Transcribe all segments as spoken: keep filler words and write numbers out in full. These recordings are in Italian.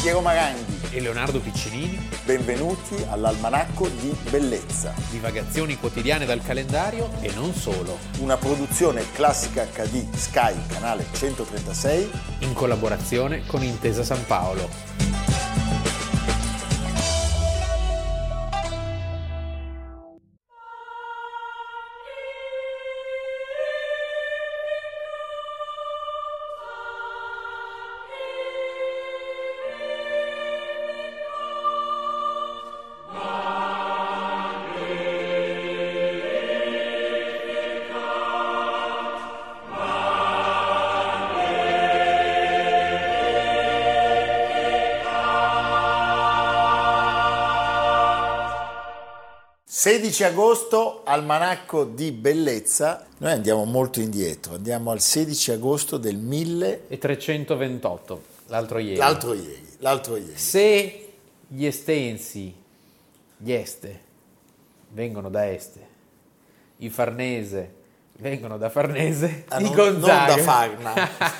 Piero Maranghi e Leonardo Piccinini. Benvenuti all'Almanacco di Bellezza. Divagazioni quotidiane dal calendario e non solo. Una produzione Classica acca di Sky, canale centotrentasei. In collaborazione con Intesa San Paolo. sedici agosto, Almanacco di Bellezza. Noi andiamo molto indietro, andiamo al sedici agosto del milletrecentoventotto, l'altro ieri. L'altro ieri, l'altro ieri. Se gli estensi, gli este, vengono da Este, i Farnese vengono da Farnese, ah, i non, Gonzaga. Non da Farna.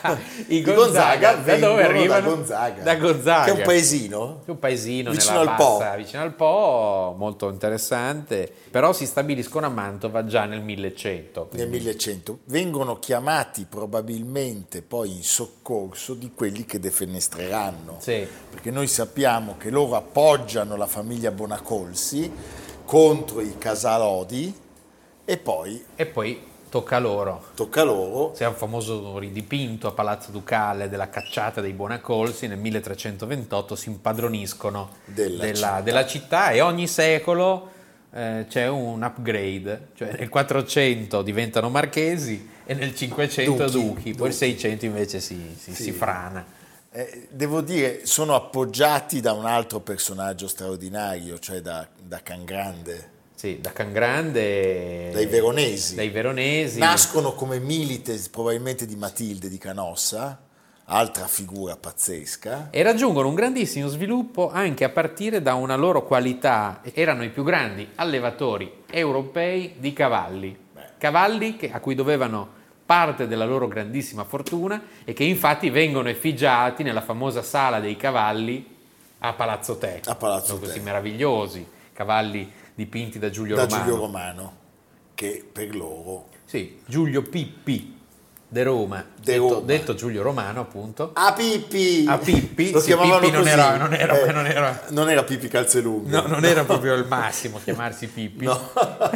I Gonzaga, Gonzaga da dove arrivano? Da Gonzaga. Da Gonzaga. Che è un paesino? Un paesino vicino nella al bassa, Po. vicino al Po, molto interessante, però si stabiliscono a Mantova già nel millecento. Quindi. Nel millecento. Vengono chiamati probabilmente poi in soccorso di quelli che defenestreranno. Sì. Perché noi sappiamo che loro appoggiano la famiglia Bonacolsi contro i Casalodi e poi... E poi tocca loro. Tocca loro. C'è un famoso ridipinto a Palazzo Ducale della cacciata dei Bonacolsi, nel milletrecentoventotto si impadroniscono della, della, città. della città e ogni secolo eh, c'è un upgrade, cioè nel quattrocento diventano marchesi e nel cinquecento duchi, duchi. duchi. Poi il seicento invece si, si, sì. si frana. Eh, devo dire, sono appoggiati da un altro personaggio straordinario, cioè da, da Cangrande. Sì, da Cangrande, dai veronesi. dai veronesi. Nascono come milites probabilmente di Matilde di Canossa, altra figura pazzesca. E raggiungono un grandissimo sviluppo anche a partire da una loro qualità. Erano i più grandi allevatori europei di cavalli. Beh. Cavalli che, a cui dovevano parte della loro grandissima fortuna e che infatti vengono effigiati nella famosa sala dei cavalli a Palazzo Te. A Palazzo Sono Te. questi meravigliosi cavalli dipinti da Giulio da Romano. Giulio Romano, che per loro... Sì, Giulio Pippi de Roma, De detto, Roma. detto Giulio Romano appunto. A Pippi! A Pippi, Lo sì, chiamavano Pippi non così. era, non, era, Eh, non era... Non era Pippi Calzelunghe. No, non era proprio il massimo chiamarsi Pippi. No.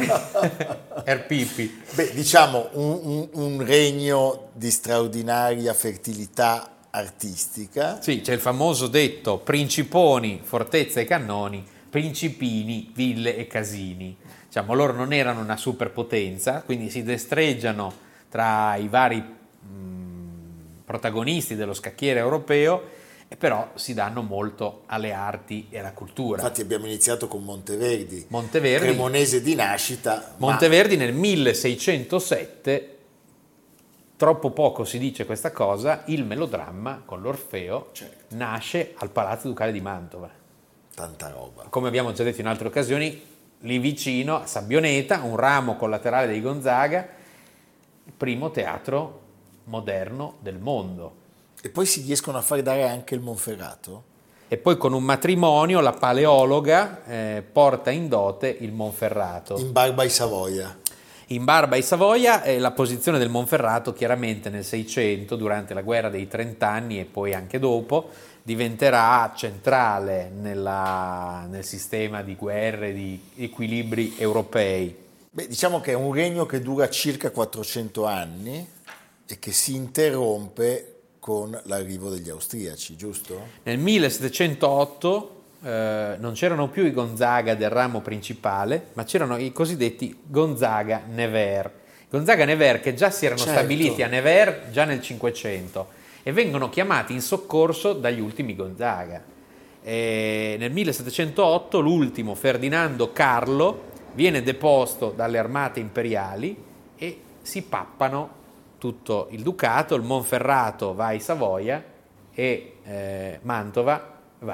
Era Pippi. Beh, diciamo un, un, un regno di straordinaria fertilità artistica. Sì, c'è il famoso detto principoni, fortezze e cannoni, principini, ville e casini. Diciamo, loro non erano una superpotenza, quindi si destreggiano tra i vari mh, protagonisti dello scacchiere europeo, e però si danno molto alle arti e alla cultura. Infatti abbiamo iniziato con Monteverdi, Monteverdi cremonese di nascita. Monteverdi ma... nel milleseicentosette, troppo poco si dice questa cosa, il melodramma con l'Orfeo certo. nasce al Palazzo Ducale di Mantova. Tanta roba. Come abbiamo già detto in altre occasioni, lì vicino a Sabbioneta, un ramo collaterale dei Gonzaga, il primo teatro moderno del mondo. E poi si riescono a far dare anche il Monferrato? E poi con un matrimonio la paleologa eh, porta in dote il Monferrato. In Barba ai Savoia. In Barba ai Savoia eh, la posizione del Monferrato chiaramente nel Seicento, durante la guerra dei trent'anni e poi anche dopo, diventerà centrale nella, nel sistema di guerre, di equilibri europei. Beh, diciamo che è un regno che dura circa quattrocento anni e che si interrompe con l'arrivo degli austriaci, giusto? Nel millesettecentootto eh, non c'erano più i Gonzaga del ramo principale, ma c'erano i cosiddetti Gonzaga-Nevers. Gonzaga-Nevers che già si erano certo. stabiliti a Nevers già nel Cinquecento e vengono chiamati in soccorso dagli ultimi Gonzaga. E nel millesettecentootto l'ultimo, Ferdinando Carlo, viene deposto dalle armate imperiali e si pappano tutto il ducato, il Monferrato va ai Savoia e eh, Mantova va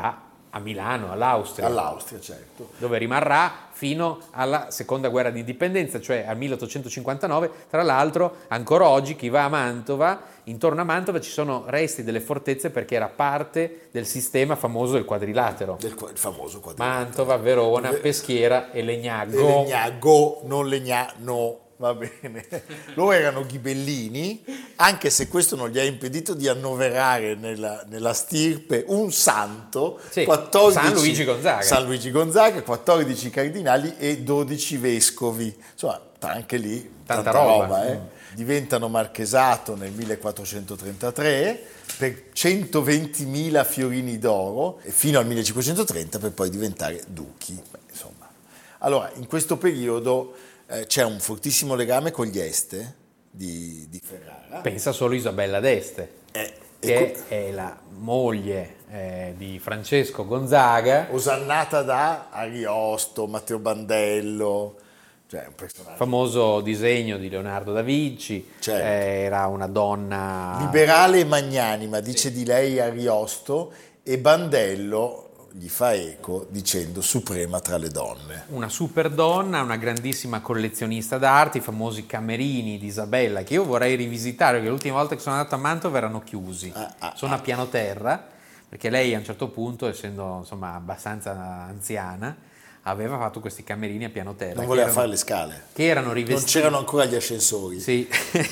a Milano, all'Austria. All'Austria, certo. Dove rimarrà fino alla seconda guerra di indipendenza, cioè al milleottocentocinquantanove. Tra l'altro, ancora oggi chi va a Mantova, intorno a Mantova ci sono resti delle fortezze perché era parte del sistema famoso del quadrilatero. Del il famoso quadrilatero. Mantova, Verona, Peschiera e Legnago. E Legnago, non Legnano. Va bene, loro erano ghibellini, anche se questo non gli ha impedito di annoverare nella, nella stirpe un santo, sì, quattordici, San Luigi Gonzaga. San Luigi Gonzaga, quattordici cardinali e dodici vescovi, insomma anche lì tanta, tanta roba. roba eh. mm. Diventano marchesato nel millequattrocentotrentatré per centoventimila fiorini d'oro e fino al millecinquecentotrenta per poi diventare duchi. Beh, insomma. Allora, in questo periodo Eh, c'è un fortissimo legame con gli Este di, di Ferrara. Pensa solo Isabella d'Este, eh, che co- è la moglie eh, di Francesco Gonzaga, osannata da Ariosto, Matteo Bandello, cioè un personaggio famoso disegno di Leonardo da Vinci. Certo. eh, era una donna liberale e magnanima, dice sì. Di lei Ariosto, e Bandello gli fa eco dicendo suprema tra le donne. Una super donna, una grandissima collezionista d'arte, i famosi camerini di Isabella che io vorrei rivisitare perché l'ultima volta che sono andato a Mantova erano chiusi. Ah, ah, sono ah. a piano terra perché lei a un certo punto, essendo insomma abbastanza anziana, aveva fatto questi camerini a piano terra. Non voleva erano, fare le scale. Che erano rivestiti. Non c'erano ancora gli ascensori. Sì,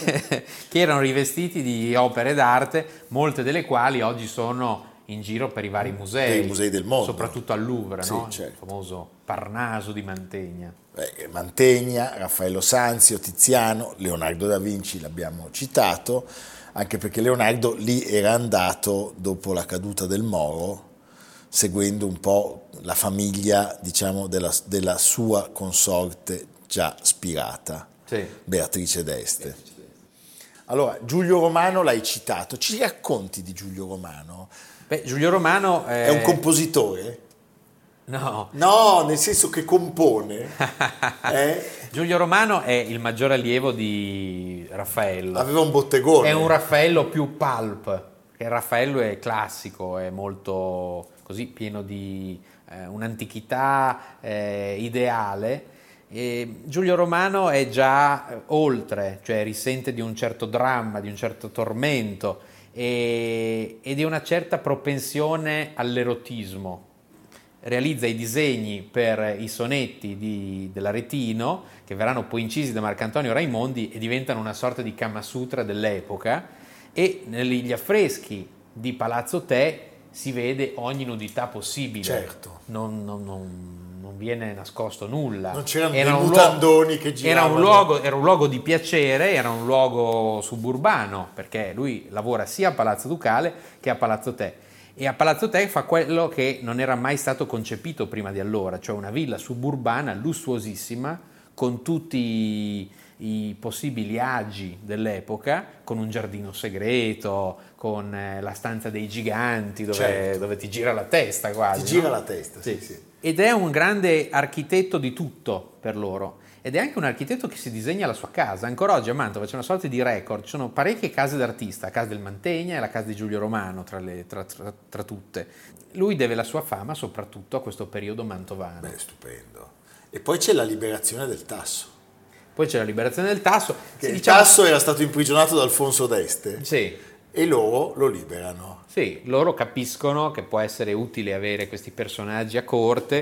che erano rivestiti di opere d'arte, molte delle quali oggi sono in giro per i vari musei, per i musei del mondo, soprattutto al Louvre, sì, no? certo. Il famoso Parnaso di Mantegna. Eh, Mantegna, Raffaello Sanzio, Tiziano, Leonardo da Vinci l'abbiamo citato, anche perché Leonardo lì era andato dopo la caduta del Moro, seguendo un po' la famiglia, diciamo, della, della sua consorte già spirata, sì. Beatrice d'Este. Allora, Giulio Romano l'hai citato, ci racconti di Giulio Romano? Beh, Giulio Romano è... è un compositore? No. No, nel senso che compone. eh? Giulio Romano è il maggior allievo di Raffaello. Aveva un bottegone. È un Raffaello più pulp, che il Raffaello è classico, è molto così pieno di eh, un'antichità eh, ideale. E Giulio Romano è già oltre, cioè risente di un certo dramma, di un certo tormento e, e di una certa propensione all'erotismo. Realizza i disegni per i sonetti di, dell'Aretino, che verranno poi incisi da Marcantonio Raimondi e diventano una sorta di Kama Sutra dell'epoca, e negli affreschi di Palazzo Te si vede ogni nudità possibile. Certo. Non, non, non, non viene nascosto nulla. Non c'erano era dei un mutandoni luogo, che giravano. Era un, luogo, era un luogo di piacere, era un luogo suburbano, perché lui lavora sia a Palazzo Ducale che a Palazzo Te. E a Palazzo Te fa quello che non era mai stato concepito prima di allora, cioè una villa suburbana lussuosissima, con tutti i possibili agi dell'epoca, con un giardino segreto, con la stanza dei giganti dove, certo. dove ti gira la testa quasi. Ti gira no? la testa, sì, sì. Ed è un grande architetto di tutto per loro. Ed è anche un architetto che si disegna la sua casa. Ancora oggi a Mantova c'è una sorta di record, ci sono parecchie case d'artista, la casa del Mantegna e la casa di Giulio Romano tra, le, tra, tra, tra tutte. Lui deve la sua fama soprattutto a questo periodo mantovano. Beh, stupendo. E poi c'è la liberazione del Tasso. Poi c'è la liberazione del Tasso. Che sì, il diciamo... Tasso era stato imprigionato da Alfonso d'Este. Sì. E loro lo liberano. Sì, loro capiscono che può essere utile avere questi personaggi a corte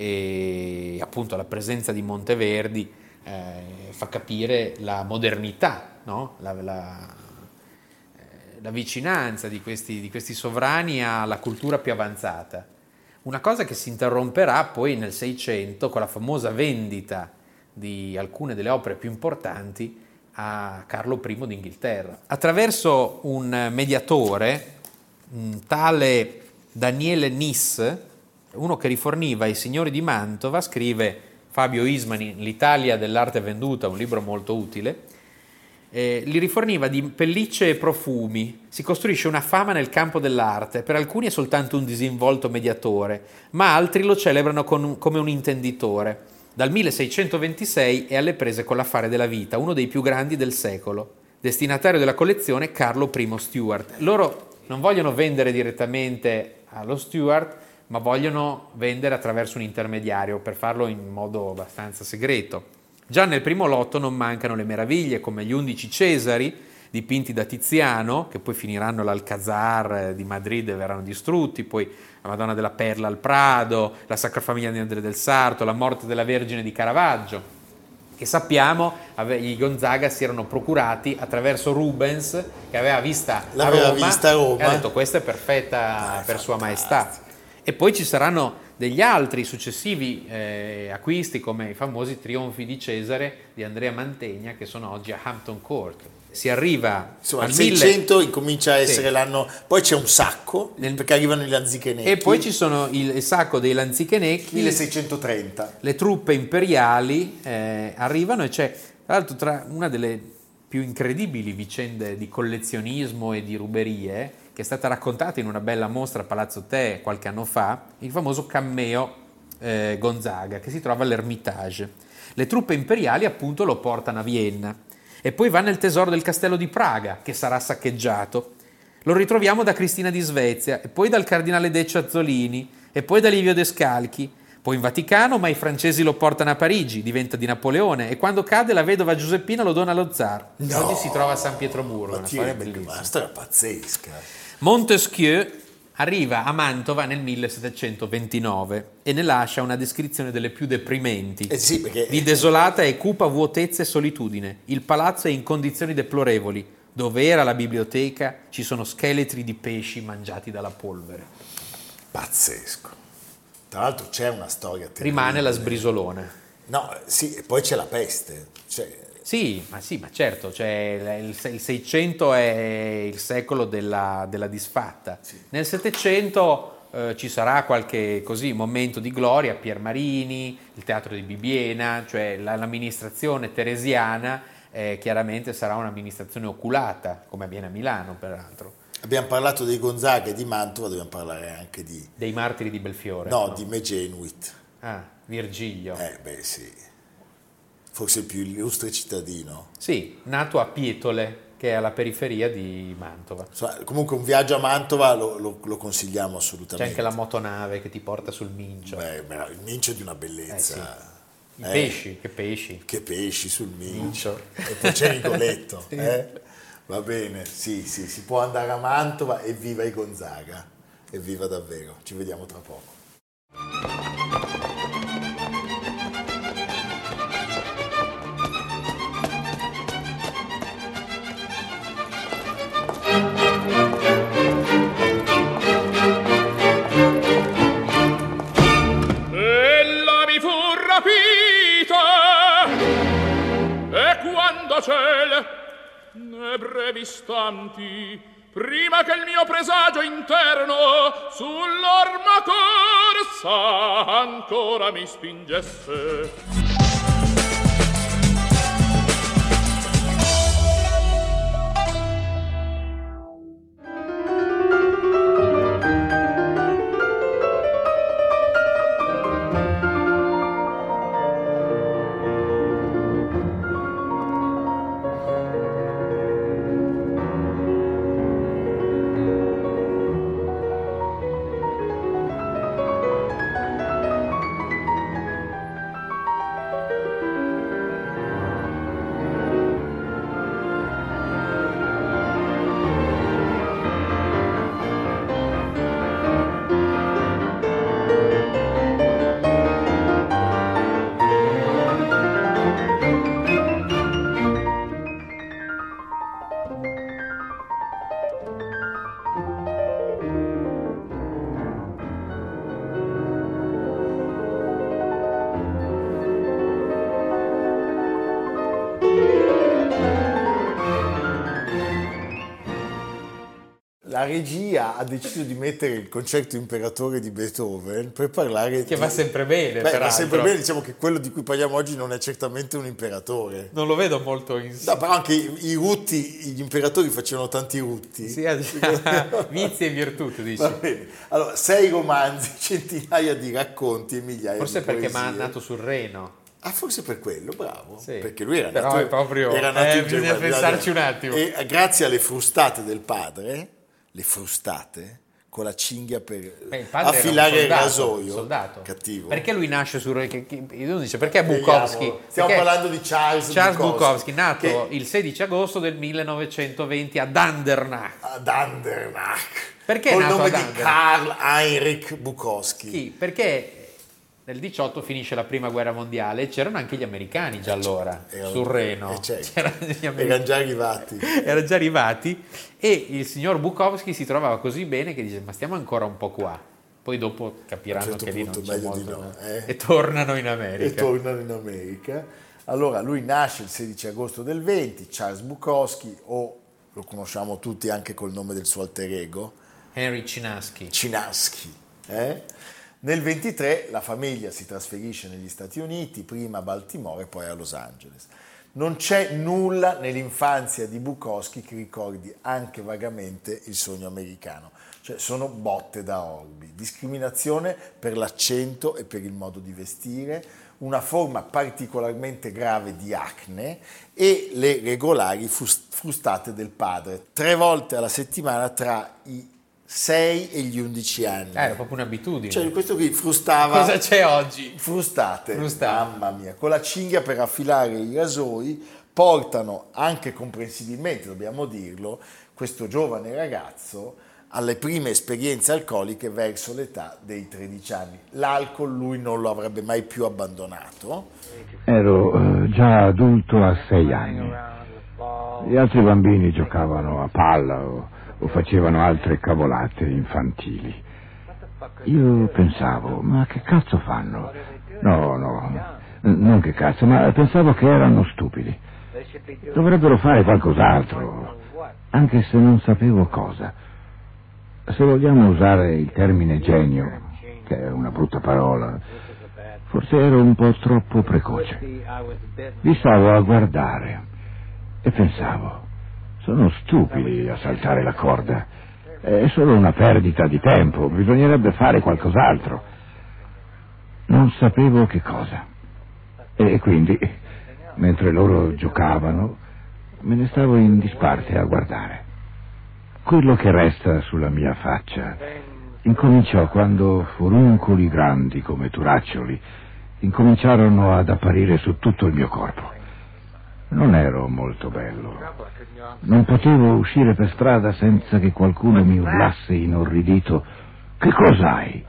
e appunto la presenza di Monteverdi eh, fa capire la modernità, no? la, la, eh, la vicinanza di questi, di questi sovrani alla cultura più avanzata. Una cosa che si interromperà poi nel Seicento con la famosa vendita di alcune delle opere più importanti a Carlo I d'Inghilterra. Attraverso un mediatore, un tale Daniele Nis, uno che riforniva ai signori di Mantova, scrive Fabio Ismani, L'Italia dell'arte venduta, un libro molto utile, eh, li riforniva di pellicce e profumi. Si costruisce una fama nel campo dell'arte, per alcuni è soltanto un disinvolto mediatore, ma altri lo celebrano con, come un intenditore. Dal milleseicentoventisei è alle prese con l'affare della vita, uno dei più grandi del secolo. Destinatario della collezione Carlo I Stuart. Loro non vogliono vendere direttamente allo Stuart, ma vogliono vendere attraverso un intermediario per farlo in modo abbastanza segreto. Già nel primo lotto non mancano le meraviglie come gli undici Cesari, dipinti da Tiziano, che poi finiranno all'Alcazar di Madrid e verranno distrutti, poi la Madonna della Perla al Prado, la Sacra Famiglia di Andrea del Sarto, la morte della Vergine di Caravaggio, che sappiamo i Gonzaga si erano procurati attraverso Rubens, che aveva vista a L'aveva Roma, vista a Roma. e ha detto questa è perfetta ah, per è Sua Maestà. E poi ci saranno degli altri successivi eh, acquisti come i famosi trionfi di Cesare di Andrea Mantegna, che sono oggi a Hampton Court. Si arriva insomma al il seicento mille... incomincia a essere sì. l'anno, poi c'è un sacco Nel... perché arrivano i lanzichenecchi e poi ci sono il, il sacco dei lanzichenecchi, milleseicentotrenta, le truppe imperiali eh, arrivano, e c'è tra l'altro tra una delle più incredibili vicende di collezionismo e di ruberie che è stata raccontata in una bella mostra a Palazzo Te qualche anno fa, il famoso Cammeo eh, Gonzaga, che si trova all'Ermitage. Le truppe imperiali appunto lo portano a Vienna e poi va nel tesoro del castello di Praga, che sarà saccheggiato. Lo ritroviamo da Cristina di Svezia, e poi dal cardinale Deccio Azzolini, e poi da Livio Descalchi, poi in Vaticano, ma i francesi lo portano a Parigi, diventa di Napoleone, e quando cade la vedova Giuseppina lo dona allo zar. No. Oggi si trova a San Pietroburgo, una storia bellissima. Una storia pazzesca. Montesquieu arriva a Mantova nel millesettecentoventinove e ne lascia una descrizione delle più deprimenti. Eh sì, perché... Di desolata e cupa vuotezza e solitudine. Il palazzo è in condizioni deplorevoli. Dove era la biblioteca ci sono scheletri di pesci mangiati dalla polvere. Pazzesco. Tra l'altro c'è una storia terribile. Rimane la sbrisolona. No, sì, e poi c'è la peste. Cioè... Sì, ma sì, ma certo, cioè il, il Seicento è il secolo della, della disfatta. Sì. Nel Settecento eh, ci sarà qualche così momento di gloria, Pier Marini, il teatro di Bibbiena, cioè la, l'amministrazione teresiana eh, chiaramente sarà un'amministrazione oculata, come avviene a Milano peraltro. Abbiamo parlato dei Gonzaga e di Mantova, dobbiamo parlare anche di... Dei martiri di Belfiore. No, no? di Megenuit. Ah, Virgilio. Eh, beh sì. Forse il più illustre cittadino. Sì, nato a Pietole, che è alla periferia di Mantova. Insomma, comunque un viaggio a Mantova lo, lo, lo consigliamo assolutamente. C'è anche la motonave che ti porta sul Mincio. Beh, beh, il Mincio è di una bellezza. Eh sì. I eh, pesci, che pesci. Che pesci sul Mincio. E poi c'è Rigoletto. Sì. Eh? Va bene, sì, sì, si può andare a Mantova e viva i Gonzaga. Evviva davvero. Ci vediamo tra poco. Ne brevi istanti, prima che il mio presagio interno sull'orma corsa ancora mi spingesse. La regia ha deciso di mettere il concerto Imperatore di Beethoven per parlare che di... va sempre bene. Beh, peraltro. va sempre bene, diciamo che quello di cui parliamo oggi non è certamente un imperatore. Non lo vedo molto in No, però anche i, i rutti, gli imperatori facevano tanti rutti. Sì, vizi e virtù, tu dici. Va bene. Allora, sei romanzi, centinaia di racconti e migliaia Forse di perché poesie. mi ha nato sul Reno. Ah, forse per quello, bravo. Sì. Perché lui era Però nato, è proprio... era nato eh, in bisogna Germania. pensarci un attimo. E grazie alle frustate del padre, le frustate, con la cinghia per Beh, affilare il soldato, rasoio. Soldato. Cattivo. Perché lui nasce su... Che, che, uno dice, perché Bukowski? Stiamo Perché parlando di Charles, Charles Bukowski, Bukowski, nato che, il sedici agosto del millenovecentoventi ad Andernach. ad Andernach. Perché è col nato nome ad di Andernach? Karl Heinrich Bukowski. Sì, perché nel diciotto finisce la prima guerra mondiale e c'erano anche gli americani già allora Erano- sul Reno. eh, certo. C'erano gli americani. Erano già arrivati. Erano già arrivati e il signor Bukowski si trovava così bene che dice ma stiamo ancora un po' qua, poi dopo capiranno A un certo che lì punto non c'è meglio molto di no, da- eh. e tornano in America. E tornano in America. Allora, lui nasce il sedici agosto del venti, Charles Bukowski, o lo conosciamo tutti anche col nome del suo alter ego, Henry Chinaski. Chinaski. Eh? Nel ventitré la famiglia si trasferisce negli Stati Uniti, prima a Baltimora e poi a Los Angeles. Non c'è nulla nell'infanzia di Bukowski che ricordi anche vagamente il sogno americano. Cioè sono botte da orbi, discriminazione per l'accento e per il modo di vestire, una forma particolarmente grave di acne e le regolari frustate del padre, tre volte alla settimana tra i sei e gli undici anni. Eh, era proprio un'abitudine. Cioè questo qui frustava... Cosa c'è oggi? Frustate, Frustate. mamma mia, con la cinghia per affilare i rasoi portano anche comprensibilmente, dobbiamo dirlo, questo giovane ragazzo alle prime esperienze alcoliche verso l'età dei tredici anni. L'alcol lui non lo avrebbe mai più abbandonato. Ero eh, già adulto a sei anni. Gli altri bambini giocavano a palla o, o facevano altre cavolate infantili. Io pensavo, ma che cazzo fanno? No, no, n- non che cazzo, ma pensavo che erano stupidi. Dovrebbero fare qualcos'altro, anche se non sapevo cosa. Se vogliamo usare il termine genio, che è una brutta parola, forse ero un po' troppo precoce. Li stavo a guardare e pensavo, sono stupidi a saltare la corda, è solo una perdita di tempo, bisognerebbe fare qualcos'altro. Non sapevo che cosa. E quindi, mentre loro giocavano, me ne stavo in disparte a guardare. Quello che resta sulla mia faccia incominciò quando foruncoli grandi come turaccioli incominciarono ad apparire su tutto il mio corpo. Non ero molto bello. Non potevo uscire per strada senza che qualcuno mi urlasse inorridito: che cos'hai?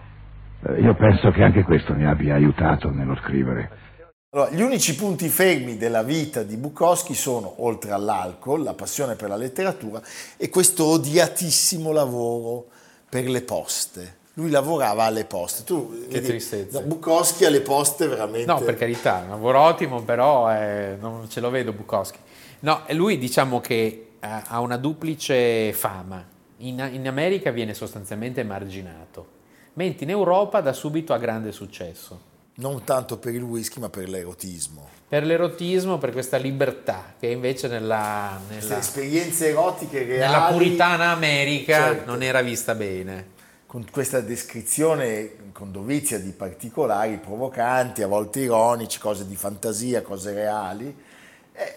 Io penso che anche questo mi abbia aiutato nello scrivere. Allora, gli unici punti fermi della vita di Bukowski sono, oltre all'alcol, la passione per la letteratura e questo odiatissimo lavoro per le poste. Lui lavorava alle poste. Tu, Che vedi, tristezza. no, Bukowski alle poste veramente... No, per carità, un lavoro ottimo, però eh, non ce lo vedo Bukowski. No, e lui diciamo che eh, ha una duplice fama. In, in America viene sostanzialmente emarginato, mentre in Europa da subito ha grande successo. Non tanto per il whisky, ma per l'erotismo. Per l'erotismo, per questa libertà, che invece nella, Queste nella, esperienze erotiche reali... nella puritana America Certo. non era vista bene. Con questa descrizione con dovizia di particolari provocanti, a volte ironici, cose di fantasia, cose reali, eh,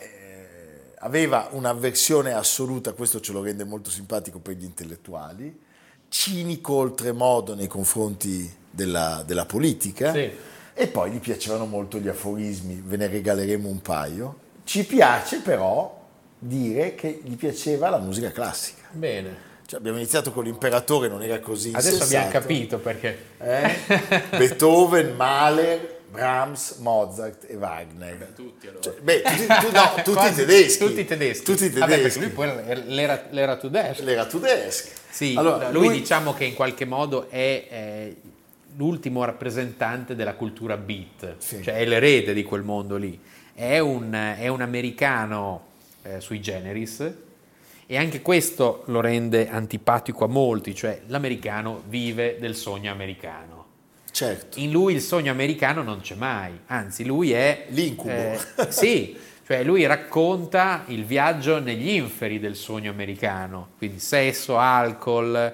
aveva un'avversione assoluta, questo ce lo rende molto simpatico, per gli intellettuali, cinico oltremodo nei confronti della, della politica, Sì. e poi gli piacevano molto gli aforismi, ve ne regaleremo un paio. Ci piace però dire che gli piaceva la musica classica. Bene. Cioè, abbiamo iniziato con l'imperatore, non era così Adesso insensato. abbiamo capito perché. Eh? Beethoven, Mahler, Brahms, Mozart e Wagner. Tutti allora. Cioè, beh, tutti, tu- no, tutti Quasi tedeschi. Tutti tedeschi. Tutti Vabbè, tedeschi. perché lui poi l'era, l'era tedesco. L'era tedesca. Sì, Allora, lui, diciamo che in qualche modo è, è l'ultimo rappresentante della cultura beat, Sì. cioè è l'erede di quel mondo lì. È un, è un americano eh, sui generis, e anche questo lo rende antipatico a molti, cioè l'americano vive del sogno americano. certo. In lui il sogno americano non c'è mai, anzi lui è... L'incubo. eh, sì, cioè lui racconta il viaggio negli inferi del sogno americano, quindi sesso, alcol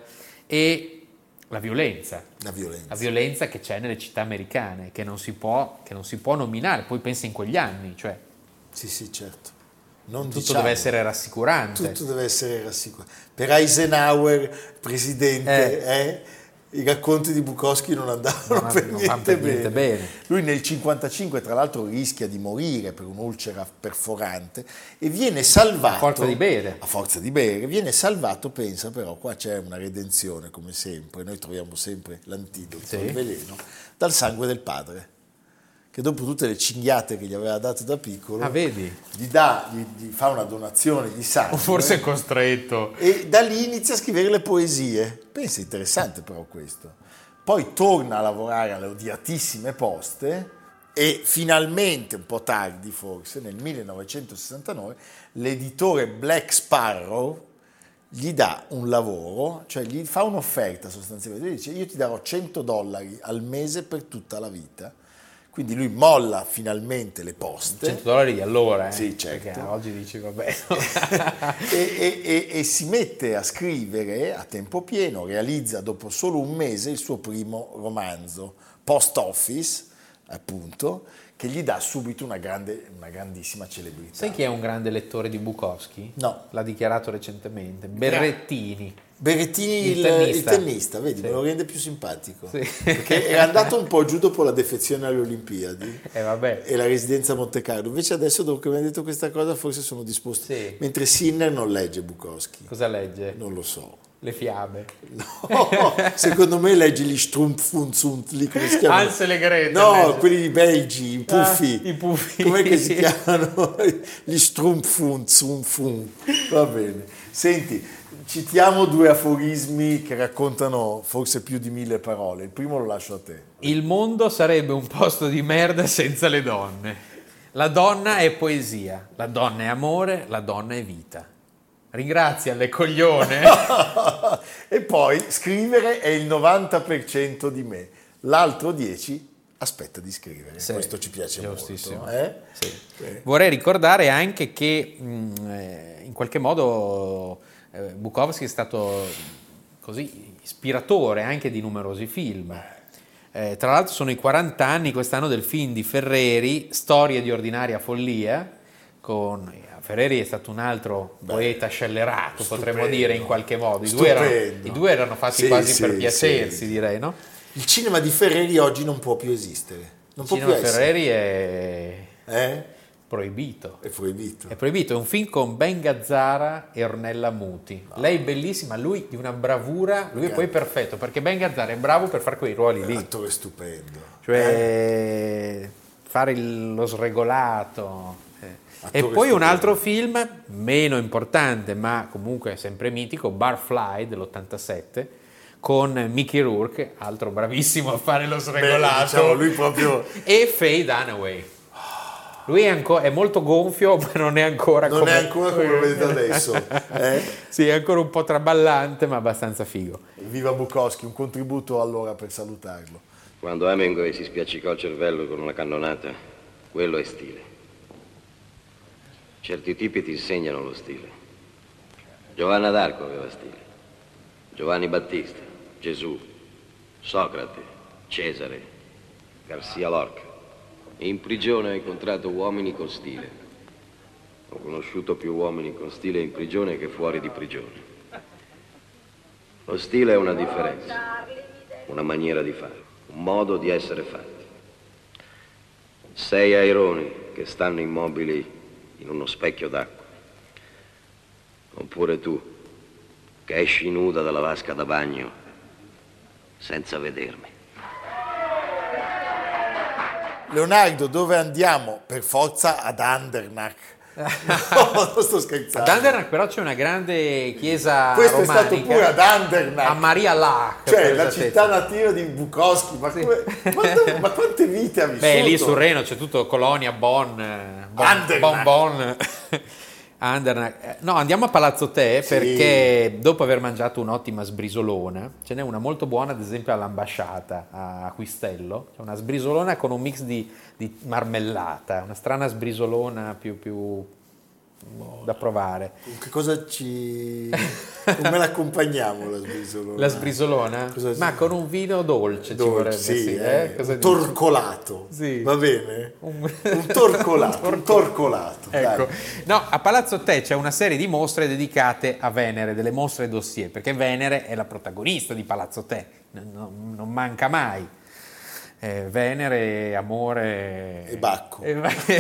e la violenza. La violenza. La violenza che c'è nelle città americane, che non si può, che non si può nominare, poi pensa in quegli anni, cioè... Sì, sì, certo. Non tutto diciamo, deve essere rassicurante. Tutto deve essere rassicurante. Per Eisenhower, presidente, eh. Eh, i racconti di Bukowski non andavano non per, non niente, per bene. niente bene. Lui nel cinquantacinque, tra l'altro, rischia di morire per un'ulcera perforante e viene salvato. A forza di bere. A forza di bere. Viene salvato, pensa però, qua c'è una redenzione, come sempre, noi troviamo sempre l'antidoto, sì. il veleno, dal sangue del padre, che dopo tutte le cinghiate che gli aveva dato da piccolo, ah, vedi? Gli, dà, gli, gli fa una donazione di sangue. O forse è costretto. E da lì inizia a scrivere le poesie. Pensa, interessante però questo. Poi torna a lavorare alle odiatissime poste e finalmente, un po' tardi forse, nel millenovecentosessantanove, l'editore Black Sparrow gli dà un lavoro, cioè gli fa un'offerta sostanzialmente, gli dice: io ti darò cento dollari al mese per tutta la vita. Quindi lui molla finalmente le poste. cento dollari di allora, eh? Sì, certo. Perché oggi dici, vabbè. e, e, e, e si mette a scrivere a tempo pieno, realizza dopo solo un mese il suo primo romanzo, Post Office, appunto, che gli dà subito una, grande, una grandissima celebrità. Sai chi è un grande lettore di Bukowski? No. L'ha dichiarato recentemente. Berrettini. Berrettini il, il tennista, il tennista vedi, sì. Me lo rende più simpatico, sì. Perché era andato un po' giù dopo la defezione alle Olimpiadi eh, vabbè. e la residenza a Monte Carlo, invece adesso dopo che mi ha detto questa cosa forse sono disposto, sì. Mentre Sinner non legge Bukowski. Cosa legge? Non lo so. Le fiabe. No, secono me legge gli Strumpfunzund, lì come si chiamano? Ansel e Gretel. No, legge. quelli belgi, i puffi. Ah, i puffi. Com'è che si chiamano? Gli Strumpfunzund. Va bene. Senti, citiamo due aforismi che raccontano forse più di mille parole. Il primo lo lascio a te. Il mondo sarebbe un posto di merda senza le donne. La donna è poesia, la donna è amore, la donna è vita. Ringraziale, coglione. E poi scrivere è il novanta per cento di me, l'altro dieci per cento aspetta di scrivere. Sì, questo ci piace giustissimo. molto. Eh? Sì. Sì. Vorrei ricordare anche che mh, eh, in qualche modo eh, Bukowski è stato così ispiratore anche di numerosi film. Eh, tra l'altro sono i quaranta anni quest'anno del film di Ferreri, Storie di ordinaria follia, con Ferreri è stato un altro Beh, poeta scellerato, stupendo, potremmo dire in qualche modo. I due erano, i due erano fatti sì, quasi sì, per piacersi, sì. direi, no? Il cinema di Ferreri oggi non può più esistere. Non Il può cinema più di Ferreri è eh? proibito. È proibito. È proibito. È un film con Ben Gazzara e Ornella Muti. No. Lei bellissima, lui di una bravura, lui Grande. È poi perfetto, perché Ben Gazzara è bravo per fare quei ruoli lì. L'attore è stupendo. Cioè, eh? fare il, lo sregolato. Attore e poi stupendo. Un altro film meno importante ma comunque sempre mitico, Barfly dell'ottantasette con Mickey Rourke, altro bravissimo a fare lo sregolato. Beh, diciamo, lui proprio... e Faye Dunaway. Lui è, anco- è molto gonfio ma non è ancora non come è ancora come lo vedete adesso. Eh? Sì, è ancora un po' traballante ma abbastanza figo. Viva Bukowski, un contributo allora per salutarlo. Quando Hemingway si spiaccicò il cervello con una cannonata, quello è stile. Certi tipi ti insegnano lo stile. Giovanna d'Arco aveva stile. Giovanni Battista, Gesù, Socrate, Cesare, Garcia Lorca. In prigione ho incontrato uomini con stile. Ho conosciuto più uomini con stile in prigione che fuori di prigione. Lo stile è una differenza, una maniera di fare, un modo di essere fatti. Sei aironi che stanno immobili in uno specchio d'acqua. Oppure tu, che esci nuda dalla vasca da bagno senza vedermi. Leonardo, dove andiamo? Per forza ad Andernach. No, non sto scherzando. Ad Andernach però c'è una grande chiesa Questo romanica. Questo è stato pure ad Andernach. A Maria Laach. Cioè la città nativa di Bukowski. Ma, sì. come, ma, ma quante vite ha vissuto? Beh, lì sul Reno c'è tutto Colonia, Bonn, Bonn, Bonn, Bonn. Andernach. No, andiamo a Palazzo Te sì. Perché dopo aver mangiato un'ottima sbrisolona, ce n'è una molto buona ad esempio all'ambasciata a Quistello, c'è una sbrisolona con un mix di, di marmellata, una strana sbrisolona più, più da provare. Con che cosa ci... come l'accompagniamo la sbrisolona? La sbrisolona? Cosa Ma si... con un vino dolce, dolce ci vorrebbe, sì, sì, eh? eh? Cosa un dici? torcolato, sì. Va bene? Un, un torcolato, un torcolato. Ecco. No, a Palazzo Te c'è una serie di mostre dedicate a Venere, delle mostre dossier, perché Venere è la protagonista di Palazzo Te, non, non manca mai. Eh, Venere, amore e Bacco. E,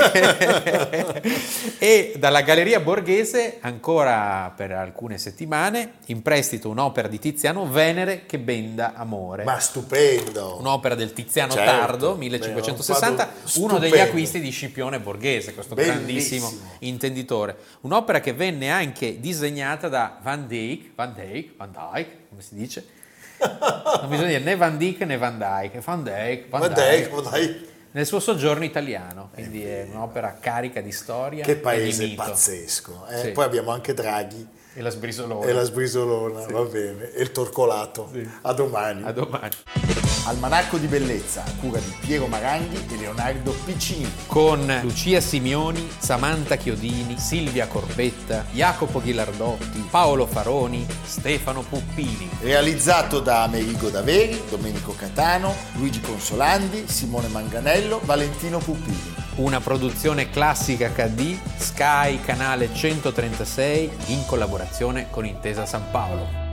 e dalla Galleria Borghese ancora per alcune settimane in prestito un'opera di Tiziano, Venere che benda amore. Ma stupendo! Un'opera del Tiziano certo. tardo, millecinquecentosessanta, uno degli acquisti di Scipione Borghese, questo bellissimo. grandissimo intenditore. Un'opera che venne anche disegnata da Van Dyck, Van Dyck, Van Dyck, come si dice? Non bisogna dire né Van Dyck né Van Dyck, Van Dyck, Van, Van Dyck, Dyck, Van Dyck. Nel suo soggiorno italiano, quindi è un'opera carica di storia. Che paese e di mito. pazzesco. Eh? Sì. Poi abbiamo anche Draghi. E la sbrisolona. E la sbrisolona, sì. Va bene. E il torcolato. Sì. A domani. A domani. Almanacco di bellezza, a cura di Piero Maranghi e Leonardo Piccini. Con Lucia Simioni, Samantha Chiodini, Silvia Corbetta, Jacopo Ghilardotti, Paolo Faroni, Stefano Puppini. Realizzato da Amerigo Daveri, Domenico Catano, Luigi Consolandi, Simone Manganello, Valentino Puppini. Una produzione Classica acca di, Sky canale centotrentasei in collaborazione con Intesa San Paolo.